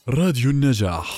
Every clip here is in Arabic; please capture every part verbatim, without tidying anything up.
راديو النجاح.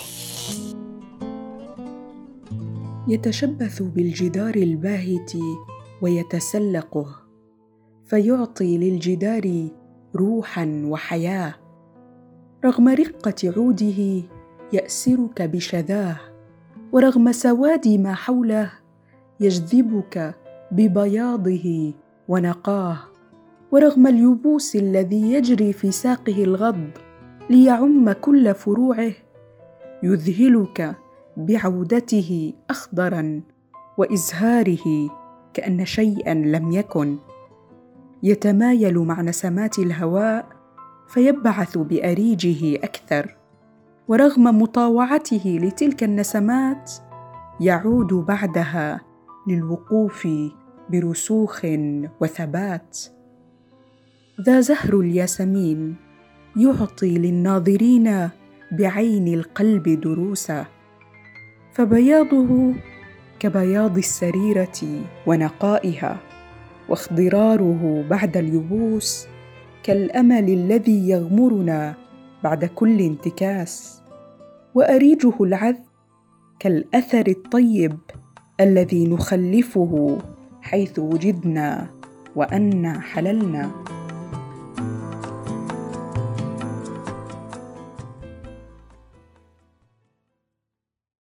يتشبث بالجدار الباهت ويتسلقه، فيعطي للجدار روحاً وحياة. رغم رقة عوده يأسرك بشذاه، ورغم سواد ما حوله يجذبك ببياضه ونقاه، ورغم اليبوس الذي يجري في ساقه الغض ليعم كل فروعه يذهلك بعودته أخضراً وإزهاره كأن شيئاً لم يكن. يتمايل مع نسمات الهواء فيبعث بأريجه أكثر، ورغم مطاوعته لتلك النسمات يعود بعدها للوقوف برسوخ وثبات. ذا زهر الياسمين يعطي للناظرين بعين القلب دروسا، فبياضه كبياض السريرة ونقائها، واخضراره بعد اليبوس كالأمل الذي يغمرنا بعد كل انتكاس، وأريجه العذب كالأثر الطيب الذي نخلفه حيث وجدنا وأن حللنا.